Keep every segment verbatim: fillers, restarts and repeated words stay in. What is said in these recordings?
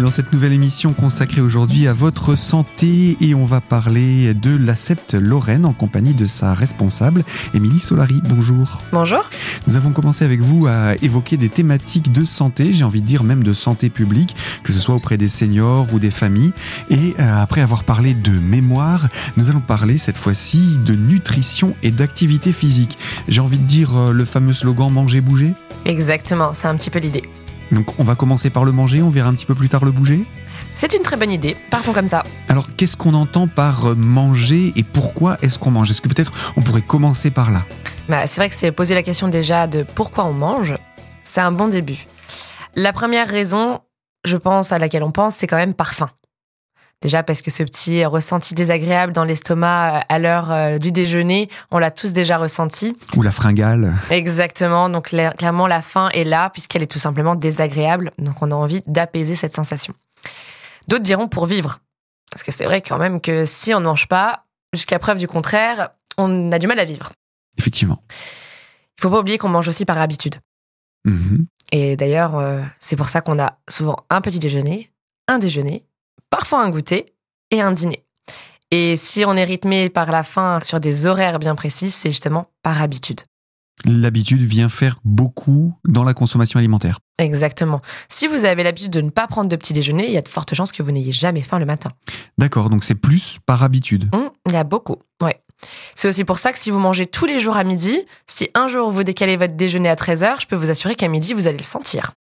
dans cette nouvelle émission consacrée aujourd'hui à votre santé et on va parler de l'Accept Lorraine en compagnie de sa responsable, Émilie Solari. Bonjour. Bonjour. Nous avons commencé avec vous à évoquer des thématiques de santé, j'ai envie de dire même de santé publique, que ce soit auprès des seniors ou des familles. Et euh, après avoir parlé de mémoire, nous allons parler cette fois-ci de nutrition et d'activité physique. J'ai envie de dire euh, le fameux slogan « manger, bouger ». Exactement, c'est un petit peu l'idée. Donc on va commencer par le manger, on verra un petit peu plus tard le bouger. C'est une très bonne idée, partons comme ça. Alors qu'est-ce qu'on entend par manger et pourquoi est-ce qu'on mange ? Est-ce que peut-être on pourrait commencer par là ? Bah, c'est vrai que c'est poser la question déjà de pourquoi on mange, c'est un bon début. La première raison, je pense, à laquelle on pense, c'est quand même par faim. Déjà parce que ce petit ressenti désagréable dans l'estomac à l'heure du déjeuner, on l'a tous déjà ressenti. Ou la fringale. Exactement, donc clairement la faim est là puisqu'elle est tout simplement désagréable, donc on a envie d'apaiser cette sensation. D'autres diront pour vivre, parce que c'est vrai quand même que si on ne mange pas, jusqu'à preuve du contraire, on a du mal à vivre. Effectivement. Il ne faut pas oublier qu'on mange aussi par habitude. Mmh. Et d'ailleurs, euh, c'est pour ça qu'on a souvent un petit déjeuner, un déjeuner, parfois un goûter et un dîner. Et si on est rythmé par la faim sur des horaires bien précis, c'est justement par habitude. L'habitude vient faire beaucoup dans la consommation alimentaire. Exactement. Si vous avez l'habitude de ne pas prendre de petit déjeuner, il y a de fortes chances que vous n'ayez jamais faim le matin. D'accord, donc c'est plus par habitude. Mmh, il y a beaucoup, ouais. C'est aussi pour ça que si vous mangez tous les jours à midi, si un jour vous décalez votre déjeuner à treize heures, je peux vous assurer qu'à midi, vous allez le sentir.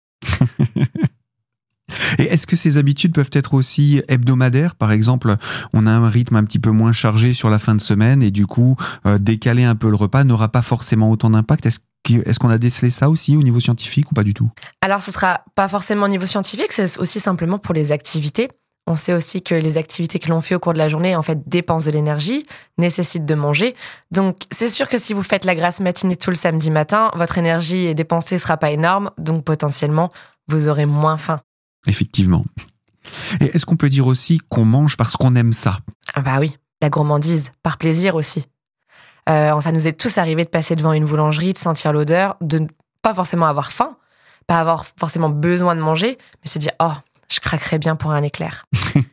Et est-ce que ces habitudes peuvent être aussi hebdomadaires ? Par exemple, on a un rythme un petit peu moins chargé sur la fin de semaine et du coup, euh, décaler un peu le repas n'aura pas forcément autant d'impact. Est-ce que, est-ce qu'on a décelé ça aussi au niveau scientifique ou pas du tout ? Alors, ce sera pas forcément au niveau scientifique, c'est aussi simplement pour les activités. On sait aussi que les activités que l'on fait au cours de la journée, en fait, dépensent de l'énergie, nécessitent de manger. Donc, c'est sûr que si vous faites la grasse matinée tout le samedi matin, votre énergie dépensée sera pas énorme, donc potentiellement, vous aurez moins faim. Effectivement. Et est-ce qu'on peut dire aussi qu'on mange parce qu'on aime ça ? Ah bah oui, la gourmandise, par plaisir aussi. Euh, ça nous est tous arrivé de passer devant une boulangerie, de sentir l'odeur, de ne pas forcément avoir faim, pas avoir forcément besoin de manger, mais se dire « Oh, je craquerais bien pour un éclair ».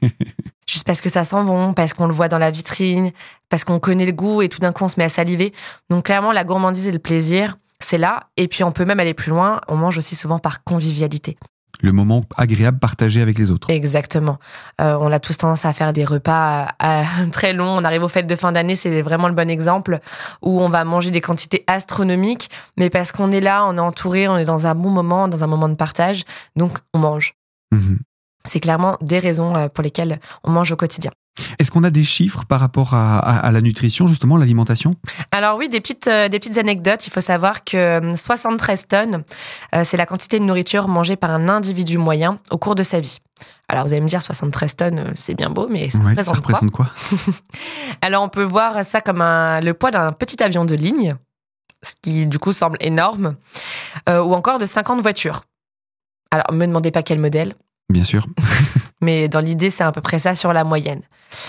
Juste parce que ça sent bon, parce qu'on le voit dans la vitrine, parce qu'on connaît le goût et tout d'un coup on se met à saliver. Donc clairement, la gourmandise et le plaisir, c'est là. Et puis on peut même aller plus loin, on mange aussi souvent par convivialité. Le moment agréable partagé avec les autres. Exactement. Euh, on a tous tendance à faire des repas à, à, très longs. On arrive aux fêtes de fin d'année, c'est vraiment le bon exemple, où on va manger des quantités astronomiques, mais parce qu'on est là, on est entouré, on est dans un bon moment, dans un moment de partage, donc on mange. Mmh. C'est clairement des raisons pour lesquelles on mange au quotidien. Est-ce qu'on a des chiffres par rapport à, à, à la nutrition, justement, l'alimentation ? Alors oui, des petites, euh, des petites anecdotes. Il faut savoir que soixante-treize tonnes, euh, c'est la quantité de nourriture mangée par un individu moyen au cours de sa vie. Alors vous allez me dire, soixante-treize tonnes, c'est bien beau, mais ça ouais, représente, ça représente quoi, quoi Alors on peut voir ça comme un, le poids d'un petit avion de ligne, ce qui du coup semble énorme, euh, ou encore de cinquante voitures. Alors ne me demandez pas quel modèle. Bien sûr. Mais dans l'idée, c'est à peu près ça sur la moyenne.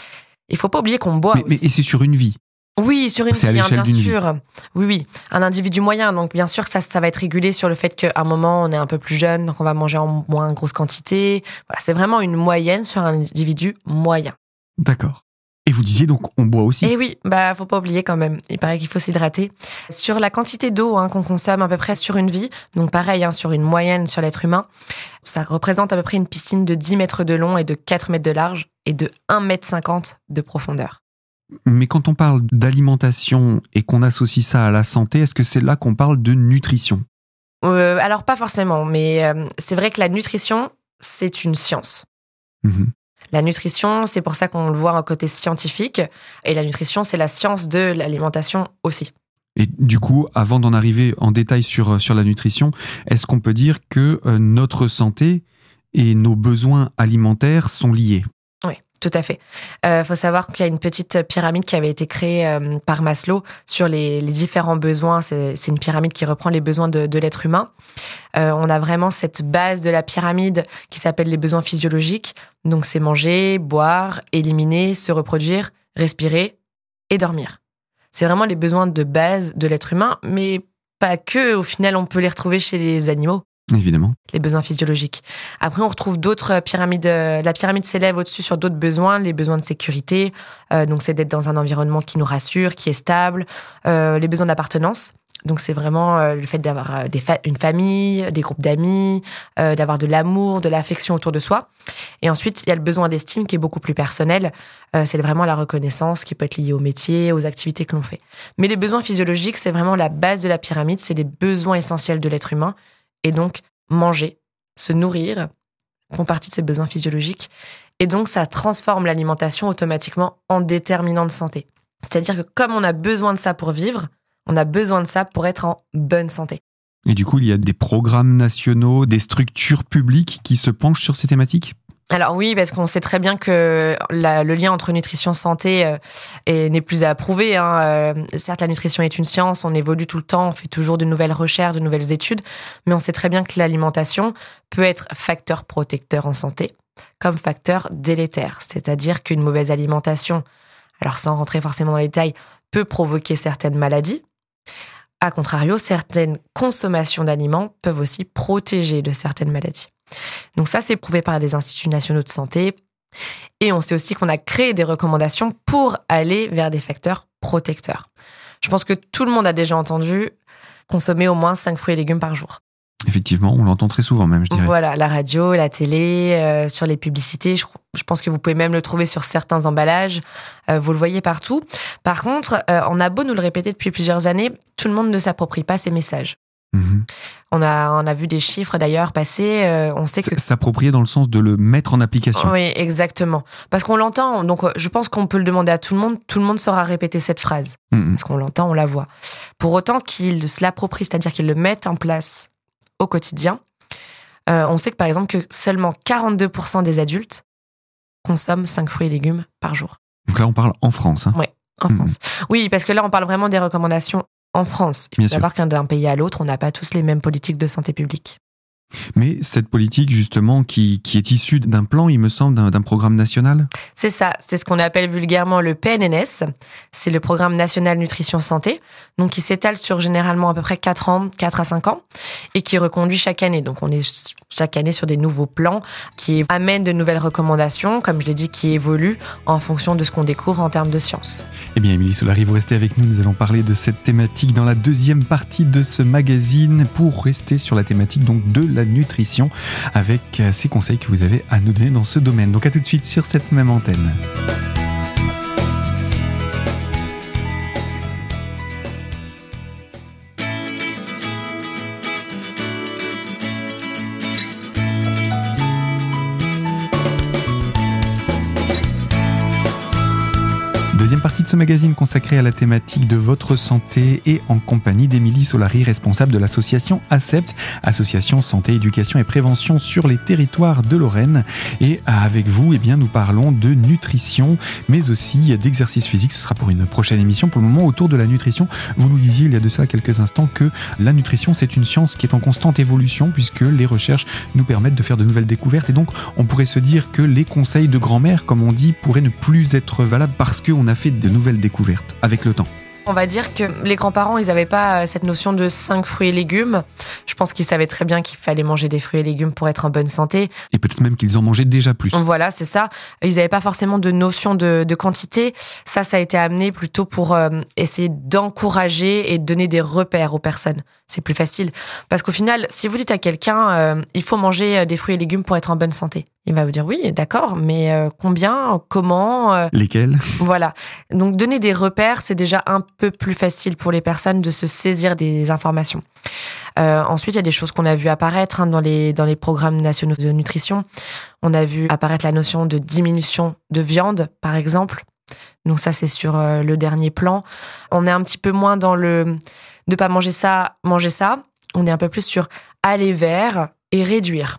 Il faut pas oublier qu'on boit mais, aussi. Mais, et c'est sur une vie ? Oui, sur une c'est vie, à hein, bien d'une sûr. Vie. Oui, oui. Un individu moyen, donc bien sûr que ça, ça va être régulé sur le fait qu'à un moment, on est un peu plus jeune, donc on va manger en moins grosse quantité. Voilà, c'est vraiment une moyenne sur un individu moyen. D'accord. Et vous disiez donc on boit aussi. Et oui, bah faut pas oublier quand même. Il paraît qu'il faut s'hydrater. Sur la quantité d'eau hein, qu'on consomme à peu près sur une vie, donc pareil hein, sur une moyenne sur l'être humain, ça représente à peu près une piscine de dix mètres de long et de quatre mètres de large et de un mètre cinquante de profondeur. Mais quand on parle d'alimentation et qu'on associe ça à la santé, est-ce que c'est là qu'on parle de nutrition ? euh, Alors pas forcément, mais euh, c'est vrai que la nutrition, c'est une science. Mmh. La nutrition, c'est pour ça qu'on le voit un côté scientifique. Et la nutrition, c'est la science de l'alimentation aussi. Et du coup, avant d'en arriver en détail sur, sur la nutrition, est-ce qu'on peut dire que euh, notre santé et nos besoins alimentaires sont liés ? Oui, tout à fait. Il euh, faut savoir qu'il y a une petite pyramide qui avait été créée euh, par Maslow sur les, les différents besoins. C'est, c'est une pyramide qui reprend les besoins de, de l'être humain. Euh, on a vraiment cette base de la pyramide qui s'appelle les besoins physiologiques. Donc, c'est manger, boire, éliminer, se reproduire, respirer et dormir. C'est vraiment les besoins de base de l'être humain, mais pas que. Au final, on peut les retrouver chez les animaux. Évidemment. Les besoins physiologiques. Après, on retrouve d'autres pyramides. La pyramide s'élève au-dessus sur d'autres besoins, les besoins de sécurité. Euh, donc, c'est d'être dans un environnement qui nous rassure, qui est stable. Euh, les besoins d'appartenance. Donc, c'est vraiment euh, le fait d'avoir des fa- une famille, des groupes d'amis, euh, d'avoir de l'amour, de l'affection autour de soi. Et ensuite, il y a le besoin d'estime qui est beaucoup plus personnel. Euh, c'est vraiment la reconnaissance qui peut être liée au métier, aux activités que l'on fait. Mais les besoins physiologiques, c'est vraiment la base de la pyramide. C'est les besoins essentiels de l'être humain. Et donc, manger, se nourrir, font partie de ces besoins physiologiques. Et donc, ça transforme l'alimentation automatiquement en déterminant de santé. C'est-à-dire que comme on a besoin de ça pour vivre, on a besoin de ça pour être en bonne santé. Et du coup, il y a des programmes nationaux, des structures publiques qui se penchent sur ces thématiques ? Alors oui, parce qu'on sait très bien que la, le lien entre nutrition et santé euh, est, n'est plus à prouver. Hein. Euh, certes, la nutrition est une science, on évolue tout le temps, on fait toujours de nouvelles recherches, de nouvelles études, mais on sait très bien que l'alimentation peut être facteur protecteur en santé, comme facteur délétère. C'est-à-dire qu'une mauvaise alimentation, alors sans rentrer forcément dans les détails, peut provoquer certaines maladies. A contrario, certaines consommations d'aliments peuvent aussi protéger de certaines maladies. Donc ça, c'est prouvé par des instituts nationaux de santé. Et on sait aussi qu'on a créé des recommandations pour aller vers des facteurs protecteurs. Je pense que tout le monde a déjà entendu consommer au moins cinq fruits et légumes par jour. Effectivement, on l'entend très souvent même, je dirais. Voilà, la radio, la télé, euh, sur les publicités. Je, je pense que vous pouvez même le trouver sur certains emballages. Euh, vous le voyez partout. Par contre, euh, on a beau nous le répéter depuis plusieurs années, tout le monde ne s'approprie pas ces messages. Mmh. On a, on a vu des chiffres d'ailleurs passer. Euh, on sait que s'approprier dans le sens de le mettre en application. Oui, exactement. Parce qu'on l'entend. Donc, je pense qu'on peut le demander à tout le monde. Tout le monde saura répéter cette phrase. Mmh. Parce qu'on l'entend, on la voit. Pour autant qu'ils se l'approprient, c'est-à-dire qu'ils le mettent en place au quotidien, euh, on sait que par exemple que seulement quarante-deux pour cent des adultes consomment cinq fruits et légumes par jour. Donc là, on parle en France. Hein. Oui, en mmh. France. Oui, parce que là, on parle vraiment des recommandations en France. Il faut savoir qu'un d'un pays à l'autre, on n'a pas tous les mêmes politiques de santé publique. Mais cette politique, justement, qui, qui est issue d'un plan, il me semble, d'un, d'un programme national ? C'est ça, c'est ce qu'on appelle vulgairement le P N N S. C'est le Programme National Nutrition Santé, donc qui s'étale sur généralement à peu près quatre ans, quatre à cinq ans, et qui est reconduit chaque année. Donc on est chaque année sur des nouveaux plans qui amènent de nouvelles recommandations, comme je l'ai dit, qui évoluent en fonction de ce qu'on découvre en termes de science. Eh bien, Émilie Solari, vous restez avec nous. Nous allons parler de cette thématique dans la deuxième partie de ce magazine pour rester sur la thématique donc de la nutrition avec ces conseils que vous avez à nous donner dans ce domaine. Donc à tout de suite sur cette même antenne. Deuxième partie de ce magazine consacré à la thématique de votre santé et en compagnie d'Émilie Solari, responsable de l'association ASEPT, Association Santé, Éducation et Prévention sur les territoires de Lorraine. Et avec vous, eh bien, nous parlons de nutrition, mais aussi d'exercice physique. Ce sera pour une prochaine émission. Pour le moment, autour de la nutrition, vous nous disiez il y a de ça quelques instants que la nutrition, c'est une science qui est en constante évolution puisque les recherches nous permettent de faire de nouvelles découvertes. Et donc, on pourrait se dire que les conseils de grand-mère, comme on dit, pourraient ne plus être valables parce qu'on a fait de nouvelles découvertes avec le temps. On va dire que les grands-parents, ils n'avaient pas cette notion de cinq fruits et légumes. Je pense qu'ils savaient très bien qu'il fallait manger des fruits et légumes pour être en bonne santé. Et peut-être même qu'ils en mangeaient déjà plus. Voilà, c'est ça. Ils n'avaient pas forcément de notion de, de quantité. Ça, ça a été amené plutôt pour euh, essayer d'encourager et de donner des repères aux personnes. C'est plus facile. Parce qu'au final, si vous dites à quelqu'un euh, il faut manger des fruits et légumes pour être en bonne santé, il va vous dire oui, d'accord, mais euh, combien, comment euh... Lesquels ? Voilà. Donc, donner des repères, c'est déjà un peu plus facile pour les personnes de se saisir des informations. Euh, ensuite, il y a des choses qu'on a vu apparaître hein, dans les dans les programmes nationaux de nutrition. On a vu apparaître la notion de diminution de viande, par exemple. Donc ça, c'est sur euh, le dernier plan. On est un petit peu moins dans le de pas manger ça, manger ça. On est un peu plus sur aller vers et réduire.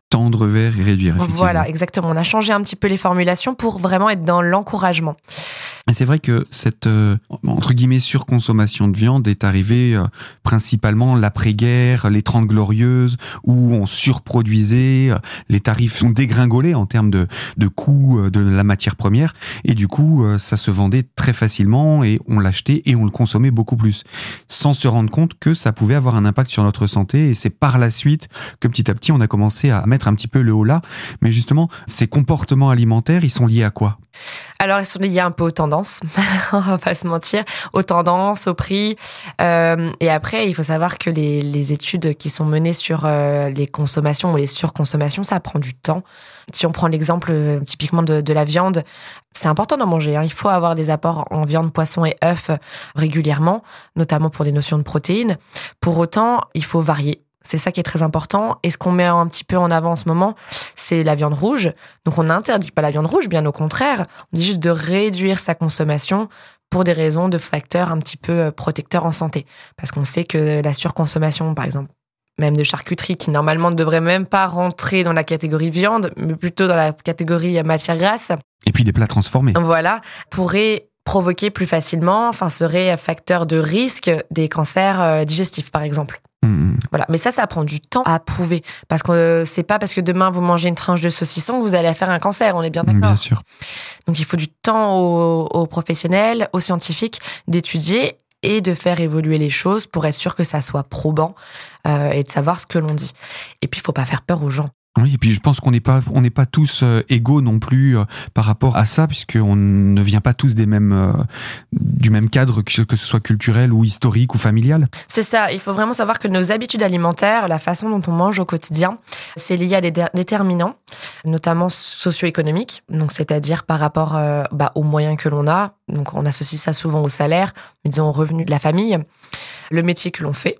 tendre vers et réduire, effectivement. Voilà, exactement. On a changé un petit peu les formulations pour vraiment être dans l'encouragement. Et c'est vrai que cette, euh, entre guillemets, surconsommation de viande est arrivée euh, principalement l'après-guerre, les Trente Glorieuses, où on surproduisait, euh, les tarifs ont dégringolé en termes de, de coût euh, de la matière première, et du coup, euh, ça se vendait très facilement, et on l'achetait et on le consommait beaucoup plus, sans se rendre compte que ça pouvait avoir un impact sur notre santé, et c'est par la suite que petit à petit, on a commencé à mettre un petit peu le haut là. Mais justement, ces comportements alimentaires, ils sont liés à quoi ? Alors, ils sont liés un peu aux tendances, on va pas se mentir, aux tendances, aux prix. Euh, et après, il faut savoir que les, les études qui sont menées sur euh, les consommations ou les surconsommations, ça prend du temps. Si on prend l'exemple euh, typiquement de, de la viande, c'est important d'en manger. Hein. Il faut avoir des apports en viande, poisson et œufs régulièrement, notamment pour des notions de protéines. Pour autant, il faut varier. C'est ça qui est très important. Et ce qu'on met un petit peu en avant en ce moment, c'est la viande rouge. Donc, on n'interdit pas la viande rouge, bien au contraire. On dit juste de réduire sa consommation pour des raisons de facteurs un petit peu protecteurs en santé. Parce qu'on sait que la surconsommation, par exemple, même de charcuterie, qui normalement ne devrait même pas rentrer dans la catégorie viande, mais plutôt dans la catégorie matière grasse. Et puis des plats transformés. Voilà, pourrait provoquer plus facilement, enfin, serait facteur de risque des cancers digestifs, par exemple. Mmh. Voilà, mais ça, ça prend du temps à prouver, parce que euh, c'est pas parce que demain vous mangez une tranche de saucisson que vous allez faire un cancer, on est bien d'accord. Bien sûr. Donc il faut du temps aux, aux professionnels, aux scientifiques d'étudier et de faire évoluer les choses pour être sûr que ça soit probant euh, et de savoir ce que l'on dit. Et puis il faut pas faire peur aux gens. Oui, et puis je pense qu'on n'est pas, on n'est pas tous euh, égaux non plus euh, par rapport à ça, puisqu'on ne vient pas tous des mêmes, euh, du même cadre, que, que ce soit culturel ou historique ou familial. C'est ça, il faut vraiment savoir que nos habitudes alimentaires, la façon dont on mange au quotidien, c'est lié à des déterminants, notamment socio-économiques, donc c'est-à-dire par rapport euh, bah, aux moyens que l'on a. Donc on associe ça souvent au salaire, mais disons au revenu de la famille, le métier que l'on fait,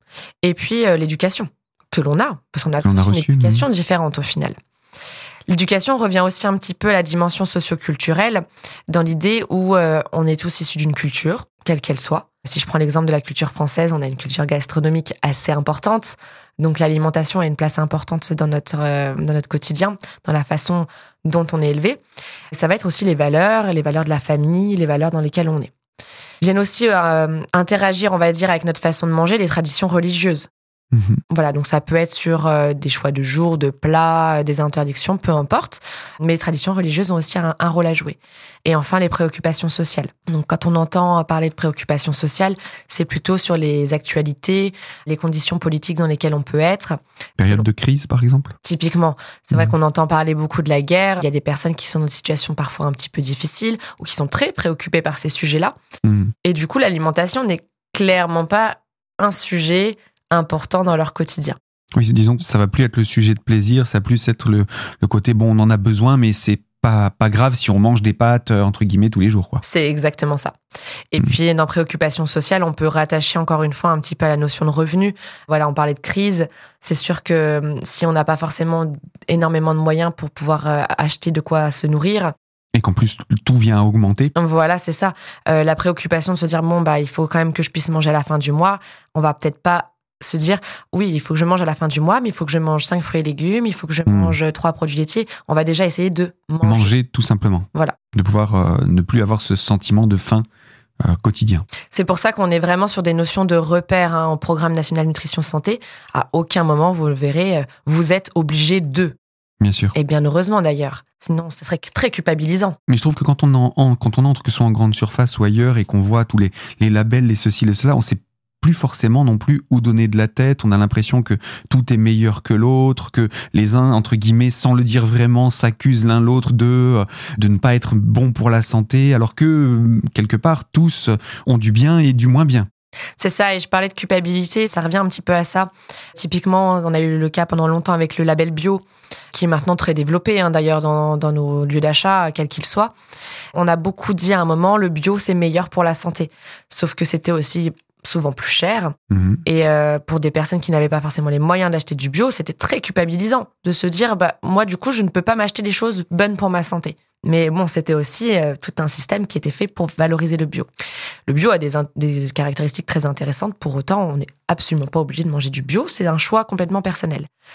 et puis euh, l'éducation que l'on a, parce qu'on a tous une reçu, éducation mmh. différente au final. L'éducation revient aussi un petit peu à la dimension socio-culturelle, dans l'idée où euh, on est tous issus d'une culture, quelle qu'elle soit. Si je prends l'exemple de la culture française, on a une culture gastronomique assez importante, donc l'alimentation a une place importante dans notre, euh, dans notre quotidien, dans la façon dont on est élevé. Ça va être aussi les valeurs, les valeurs de la famille, les valeurs dans lesquelles on est. Viennent aussi euh, interagir, on va dire, avec notre façon de manger, les traditions religieuses. Mmh. Voilà, donc ça peut être sur euh, des choix de jours, de plats, euh, des interdictions, peu importe. Mais les traditions religieuses ont aussi un, un rôle à jouer. Et enfin, les préoccupations sociales. Donc quand on entend parler de préoccupations sociales, c'est plutôt sur les actualités, les conditions politiques dans lesquelles on peut être. Période de crise, par exemple ? Typiquement. C'est mmh. vrai qu'on entend parler beaucoup de la guerre. Il y a des personnes qui sont dans des situations parfois un petit peu difficiles ou qui sont très préoccupées par ces sujets-là. Mmh. Et du coup, l'alimentation n'est clairement pas un sujet important dans leur quotidien. Oui, disons que ça va plus être le sujet de plaisir, ça va plus être le, le côté bon, on en a besoin, mais c'est pas, pas grave si on mange des pâtes, entre guillemets, tous les jours, quoi. C'est exactement ça. Et mmh. puis, dans préoccupation sociale, on peut rattacher encore une fois un petit peu à la notion de revenu. Voilà, on parlait de crise. C'est sûr que si on n'a pas forcément énormément de moyens pour pouvoir acheter de quoi se nourrir, et qu'en plus, tout vient à augmenter. Voilà, c'est ça. Euh, la préoccupation de se dire, bon, bah, il faut quand même que je puisse manger à la fin du mois. On va peut-être pas se dire, oui, il faut que je mange à la fin du mois, mais il faut que je mange cinq fruits et légumes, il faut que je mmh. mange trois produits laitiers. On va déjà essayer de manger. Manger, tout simplement. Voilà. De pouvoir euh, ne plus avoir ce sentiment de faim euh, quotidien. C'est pour ça qu'on est vraiment sur des notions de repères hein, au Programme National Nutrition Santé. À aucun moment, vous le verrez, vous êtes obligé de. Bien sûr. Et bien heureusement d'ailleurs. Sinon, ce serait très culpabilisant. Mais je trouve que quand on, en, quand on entre, que ce soit en grande surface ou ailleurs, et qu'on voit tous les, les labels, les ceci, les cela, on sait plus forcément non plus où donner de la tête. On a l'impression que tout est meilleur que l'autre, que les uns, entre guillemets, sans le dire vraiment, s'accusent l'un l'autre de, de ne pas être bon pour la santé, alors que, quelque part, tous ont du bien et du moins bien. C'est ça, et je parlais de culpabilité, ça revient un petit peu à ça. Typiquement, on a eu le cas pendant longtemps avec le label bio, qui est maintenant très développé, hein, d'ailleurs, dans, dans nos lieux d'achat, quels qu'ils soient. On a beaucoup dit à un moment, le bio, c'est meilleur pour la santé. Sauf que c'était aussi souvent plus cher. Mmh. Et euh, pour des personnes qui n'avaient pas forcément les moyens d'acheter du bio, c'était très culpabilisant de se dire, bah, moi, du coup, je ne peux pas m'acheter des choses bonnes pour ma santé. Mais bon, c'était aussi euh, tout un système qui était fait pour valoriser le bio. Le bio a des, in- des caractéristiques très intéressantes. Pour autant, on n'est absolument pas obligé de manger du bio. C'est un choix complètement personnel.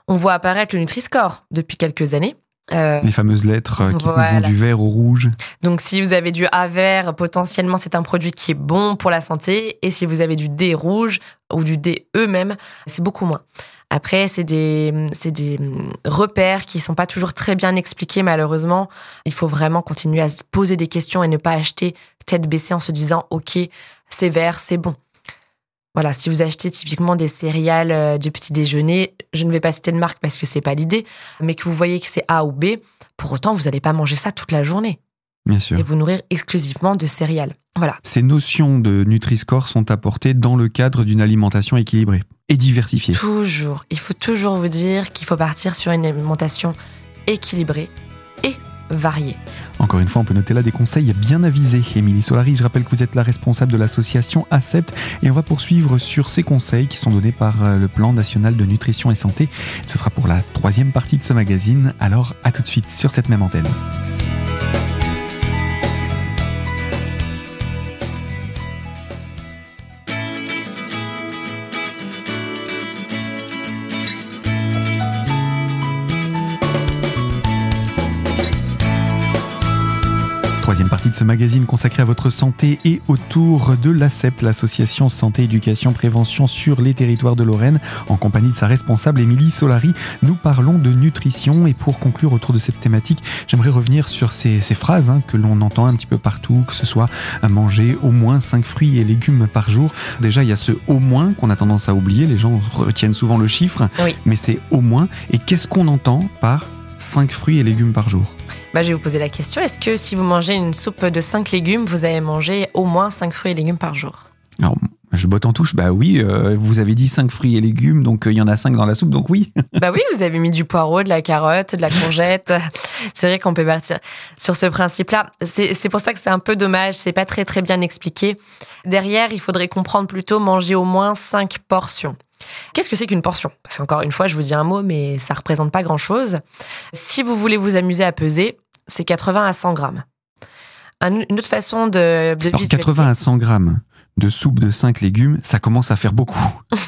On voit apparaître le Nutri-Score depuis quelques années. Euh, Les fameuses lettres qui voilà. vont du vert au rouge. Donc, si vous avez du A vert, potentiellement, c'est un produit qui est bon pour la santé. Et si vous avez du D rouge ou du D E même, c'est beaucoup moins. Après, c'est des, c'est des repères qui sont pas toujours très bien expliqués, malheureusement. Il faut vraiment continuer à se poser des questions et ne pas acheter tête baissée en se disant « Ok, c'est vert, c'est bon ». Voilà, si vous achetez typiquement des céréales du petit déjeuner, je ne vais pas citer de marque parce que c'est pas l'idée, mais que vous voyez que c'est A ou B, pour autant, vous n'allez pas manger ça toute la journée. Bien sûr. Et vous nourrir exclusivement de céréales. Voilà. Ces notions de Nutri-Score sont apportées dans le cadre d'une alimentation équilibrée et diversifiée. Toujours. Il faut toujours vous dire qu'il faut partir sur une alimentation équilibrée et variée. Encore une fois, on peut noter là des conseils bien avisés. Émilie Solari, je rappelle que vous êtes la responsable de l'association Accept et on va poursuivre sur ces conseils qui sont donnés par le Plan national de nutrition et santé. Ce sera pour la troisième partie de ce magazine. Alors, à tout de suite sur cette même antenne. Troisième partie de ce magazine consacré à votre santé et autour de l'Accept, l'association Santé, Éducation, Prévention sur les territoires de Lorraine. En compagnie de sa responsable Émilie Solari, nous parlons de nutrition. Et pour conclure autour de cette thématique, j'aimerais revenir sur ces, ces phrases hein, que l'on entend un petit peu partout, que ce soit à manger au moins cinq fruits et légumes par jour. Déjà, il y a ce « au moins » qu'on a tendance à oublier. Les gens retiennent souvent le chiffre, oui. Mais c'est « au moins ». Et qu'est-ce qu'on entend par cinq fruits et légumes par jour? Bah, je vais vous poser la question, est-ce que si vous mangez une soupe de cinq légumes, vous allez manger au moins cinq fruits et légumes par jour? Alors, je botte en touche, bah oui, euh, vous avez dit cinq fruits et légumes, donc il euh, y en a cinq dans la soupe, donc oui. Bah oui, vous avez mis du poireau, de la carotte, de la courgette. C'est vrai qu'on peut partir sur ce principe-là. C'est, c'est pour ça que c'est un peu dommage, c'est pas très très bien expliqué. Derrière, il faudrait comprendre plutôt manger au moins cinq portions. Qu'est-ce que c'est qu'une portion? Parce qu'encore une fois, je vous dis un mot, mais ça représente pas grand-chose. Si vous voulez vous amuser à peser, c'est quatre-vingts à cent grammes. Un, une autre façon de, de Alors, quatre-vingts à cent grammes de soupe de cinq légumes, ça commence à faire beaucoup.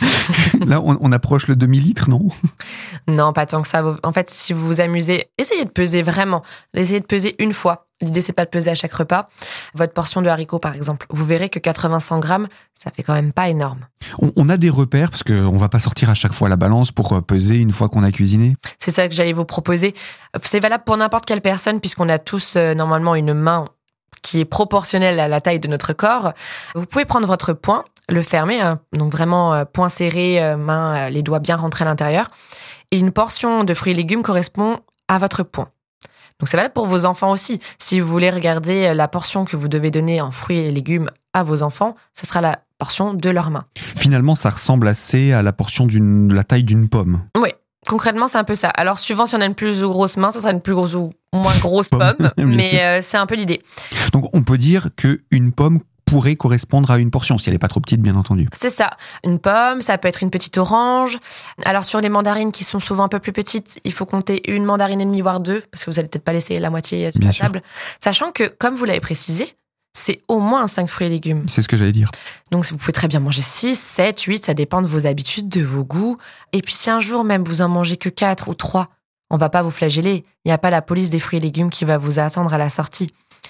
Là, on, on approche le demi-litre, non? Non, pas tant que ça. En fait, si vous vous amusez, essayez de peser vraiment. Essayez de peser une fois. L'idée, c'est pas de peser à chaque repas. Votre portion de haricots, par exemple. Vous verrez que quatre-vingts à cent grammes, ça fait quand même pas énorme. On, on a des repères, parce qu'on va pas sortir à chaque fois la balance pour peser une fois qu'on a cuisiné. C'est ça que j'allais vous proposer. C'est valable pour n'importe quelle personne, puisqu'on a tous euh, normalement une main qui est proportionnelle à la taille de notre corps. Vous pouvez prendre votre poing, le fermer, hein, donc vraiment euh, poing serré, euh, main, euh, les doigts bien rentrés à l'intérieur. Et une portion de fruits et légumes correspond à votre poing. Donc c'est valable pour vos enfants aussi. Si vous voulez regarder la portion que vous devez donner en fruits et légumes à vos enfants, ce sera la portion de leur main. Finalement, ça ressemble assez à la portion d'une, de la taille d'une pomme. Oui. Concrètement, c'est un peu ça. Alors, suivant si on a une plus ou grosse main, ça sera une plus grosse ou moins grosse pomme, mais euh, c'est un peu l'idée. Donc, on peut dire qu'une pomme pourrait correspondre à une portion, si elle n'est pas trop petite, bien entendu. C'est ça. Une pomme, ça peut être une petite orange. Alors, sur les mandarines qui sont souvent un peu plus petites, il faut compter une mandarine et demie, voire deux, parce que vous allez peut-être pas laisser la moitié sur bien la sûr. table. Sachant que, comme vous l'avez précisé, c'est au moins cinq fruits et légumes. C'est ce que j'allais dire. Donc, vous pouvez très bien manger six, sept, huit, ça dépend de vos habitudes, de vos goûts. Et puis, si un jour même vous en mangez que quatre ou trois, on va pas vous flageller. Il n'y a pas la police des fruits et légumes qui va vous attendre à la sortie.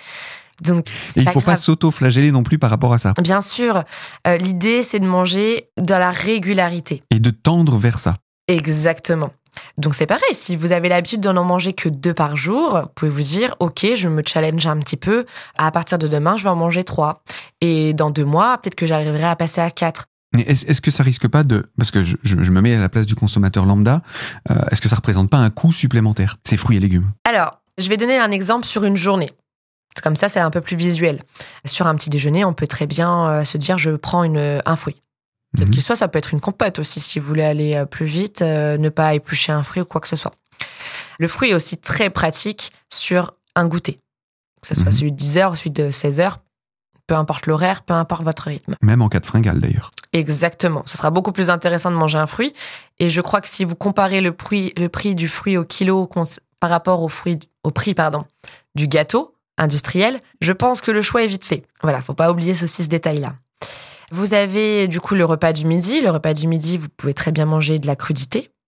Donc, c'est et il pas ne faut grave. pas s'auto-flageller non plus par rapport à ça. Bien sûr, euh, l'idée, c'est de manger dans la régularité. Et de tendre vers ça. Exactement. Donc c'est pareil, si vous avez l'habitude d'en en manger que deux par jour, vous pouvez vous dire, ok, je me challenge un petit peu, à partir de demain, je vais en manger trois. Et dans deux mois, peut-être que j'arriverai à passer à quatre. Mais est-ce, est-ce que ça risque pas de... Parce que je, je, je me mets à la place du consommateur lambda, euh, est-ce que ça représente pas un coût supplémentaire, ces fruits et légumes? Alors, je vais donner un exemple sur une journée. Comme ça, c'est un peu plus visuel. Sur un petit déjeuner, on peut très bien euh, se dire, je prends une, un fruit. Quel qu'il soit, ça peut être une compote aussi, si vous voulez aller plus vite, euh, ne pas éplucher un fruit ou quoi que ce soit. Le fruit est aussi très pratique sur un goûter. Que ce soit mmh. celui de dix heures ou celui de seize heures, peu importe l'horaire, peu importe votre rythme. Même en cas de fringale, d'ailleurs. Exactement. Ce sera beaucoup plus intéressant de manger un fruit. Et je crois que si vous comparez le prix, le prix du fruit au kilo par rapport au, fruit, au prix pardon, du gâteau industriel, je pense que le choix est vite fait. Voilà, faut pas oublier ceci, ce détail-là. Vous avez du coup le repas du midi. Le repas du midi, vous pouvez très bien manger de la crudité,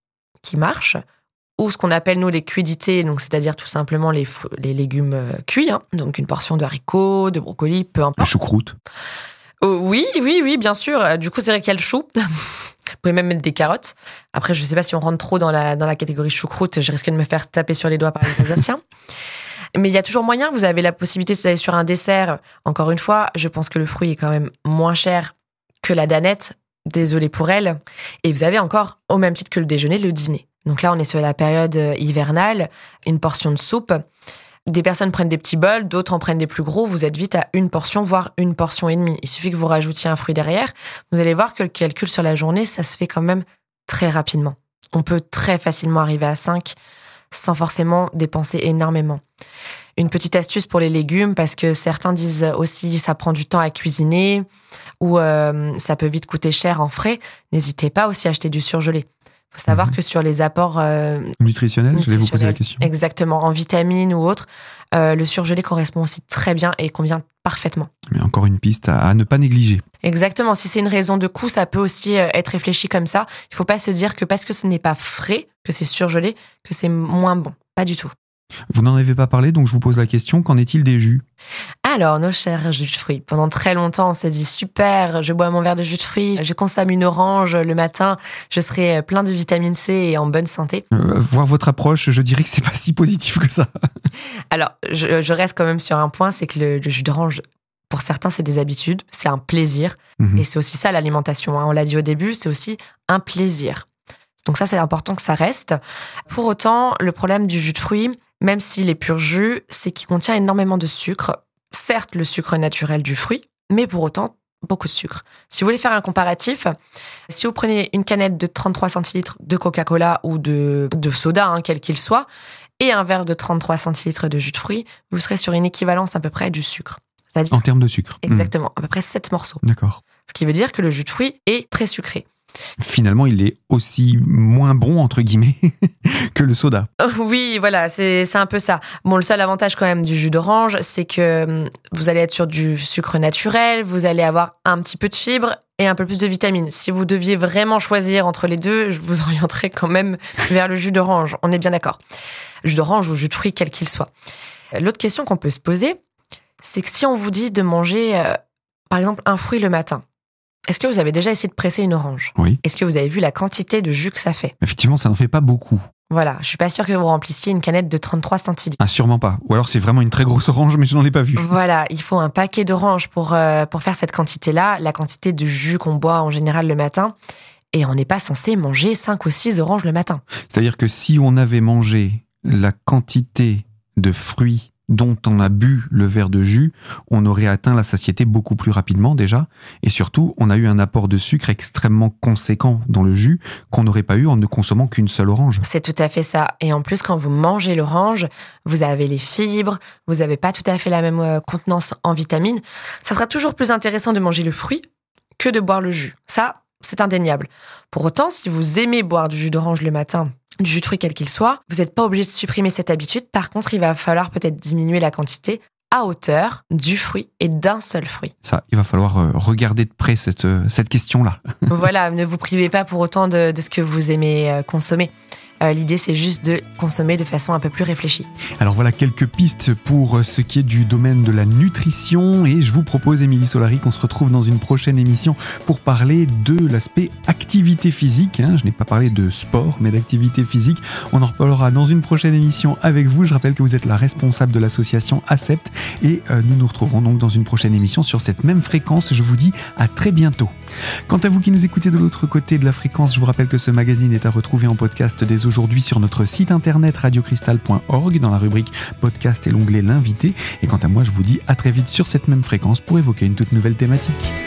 qui marche, ou ce qu'on appelle nous les cuidités, donc c'est-à-dire tout simplement les, les légumes euh, cuits, hein. Donc une portion de haricots, de brocolis, peu importe. La choucroute. Oh, oui, oui, oui, bien sûr. Du coup, c'est vrai qu'il y a le chou. Vous pouvez même mettre des carottes. Après, je ne sais pas si on rentre trop dans la, dans la catégorie choucroute, je risque de me faire taper sur les doigts par les Alsaciens. Mais il y a toujours moyen, vous avez la possibilité d'aller sur un dessert. Encore une fois, je pense que le fruit est quand même moins cher que la danette. Désolée pour elle. Et vous avez encore, au même titre que le déjeuner, le dîner. Donc là, on est sur la période hivernale, une portion de soupe. Des personnes prennent des petits bols, d'autres en prennent des plus gros. Vous êtes vite à une portion, voire une portion et demie. Il suffit que vous rajoutiez un fruit derrière. Vous allez voir que le calcul sur la journée, ça se fait quand même très rapidement. On peut très facilement arriver à cinq sans forcément dépenser énormément. Une petite astuce pour les légumes, parce que certains disent aussi ça prend du temps à cuisiner ou euh, ça peut vite coûter cher en frais. N'hésitez pas aussi à acheter du surgelé. Il faut savoir mmh. que sur les apports euh, nutritionnels, nutritionnels, je vais vous poser la question. Exactement, en vitamines ou autres, euh, le surgelé correspond aussi très bien et convient parfaitement. Mais encore une piste à, à ne pas négliger. Exactement, si c'est une raison de coût, ça peut aussi être réfléchi comme ça. Il ne faut pas se dire que parce que ce n'est pas frais, que c'est surgelé, que c'est moins bon. Pas du tout. Vous n'en avez pas parlé, donc je vous pose la question, qu'en est-il des jus ? Alors, nos chers jus de fruits. Pendant très longtemps, on s'est dit super, je bois mon verre de jus de fruits, je consomme une orange le matin, je serai plein de vitamine C et en bonne santé. Euh, voir votre approche, je dirais que c'est pas si positif que ça. Alors, je, je reste quand même sur un point, c'est que le, le jus d'orange, pour certains, c'est des habitudes, c'est un plaisir. Mmh. Et c'est aussi ça l'alimentation, hein. On l'a dit au début, c'est aussi un plaisir. Donc ça, c'est important que ça reste. Pour autant, le problème du jus de fruits, même s'il est pur jus, c'est qu'il contient énormément de sucre. Certes, le sucre naturel du fruit, mais pour autant, beaucoup de sucre. Si vous voulez faire un comparatif, si vous prenez une canette de trente-trois centilitres de Coca-Cola ou de, de soda, hein, quel qu'il soit, et un verre de trente-trois centilitres de jus de fruits, vous serez sur une équivalence à peu près du sucre. C'est-à-dire, en termes de sucre. Exactement, mmh. à peu près sept morceaux. D'accord. Ce qui veut dire que le jus de fruits est très sucré. Finalement, il est aussi moins bon, entre guillemets, que le soda. Oui, voilà, c'est, c'est un peu ça. Bon, le seul avantage quand même du jus d'orange, c'est que vous allez être sur du sucre naturel, vous allez avoir un petit peu de fibres et un peu plus de vitamines. Si vous deviez vraiment choisir entre les deux, je vous orienterais quand même vers le jus d'orange. On est bien d'accord. Jus d'orange ou jus de fruits, quel qu'il soit. L'autre question qu'on peut se poser, c'est que si on vous dit de manger, euh, par exemple, un fruit le matin, est-ce que vous avez déjà essayé de presser une orange ? Oui. Est-ce que vous avez vu la quantité de jus que ça fait ? Effectivement, ça n'en fait pas beaucoup. Voilà, je suis pas sûre que vous remplissiez une canette de trente-trois centilitres. Ah, sûrement pas. Ou alors c'est vraiment une très grosse orange, mais je n'en ai pas vu. Voilà, il faut un paquet d'oranges pour, euh, pour faire cette quantité-là, la quantité de jus qu'on boit en général le matin. Et on n'est pas censé manger cinq ou six oranges le matin. C'est-à-dire que si on avait mangé la quantité de fruits dont on a bu le verre de jus, on aurait atteint la satiété beaucoup plus rapidement déjà. Et surtout, on a eu un apport de sucre extrêmement conséquent dans le jus qu'on n'aurait pas eu en ne consommant qu'une seule orange. C'est tout à fait ça. Et en plus, quand vous mangez l'orange, vous avez les fibres, vous n'avez pas tout à fait la même contenance en vitamines. Ça sera toujours plus intéressant de manger le fruit que de boire le jus. Ça, c'est indéniable. Pour autant, si vous aimez boire du jus d'orange le matin, du jus de fruits quel qu'il soit, vous n'êtes pas obligé de supprimer cette habitude. Par contre, il va falloir peut-être diminuer la quantité à hauteur du fruit et d'un seul fruit. Ça, il va falloir euh, regarder de près cette, euh, cette question-là. Voilà, ne vous privez pas pour autant de, de ce que vous aimez euh, consommer. Euh, l'idée, c'est juste de consommer de façon un peu plus réfléchie. Alors voilà quelques pistes pour ce qui est du domaine de la nutrition et je vous propose, Émilie Solari, qu'on se retrouve dans une prochaine émission pour parler de l'aspect activité physique. Hein. Je n'ai pas parlé de sport, mais d'activité physique. On en reparlera dans une prochaine émission avec vous. Je rappelle que vous êtes la responsable de l'association Accept et euh, nous nous retrouverons donc dans une prochaine émission sur cette même fréquence. Je vous dis à très bientôt. Quant à vous qui nous écoutez de l'autre côté de la fréquence, je vous rappelle que ce magazine est à retrouver en podcast dès aujourd'hui sur notre site internet radio cristal point org dans la rubrique podcast et l'onglet l'invité. Et quant à moi, je vous dis à très vite sur cette même fréquence pour évoquer une toute nouvelle thématique.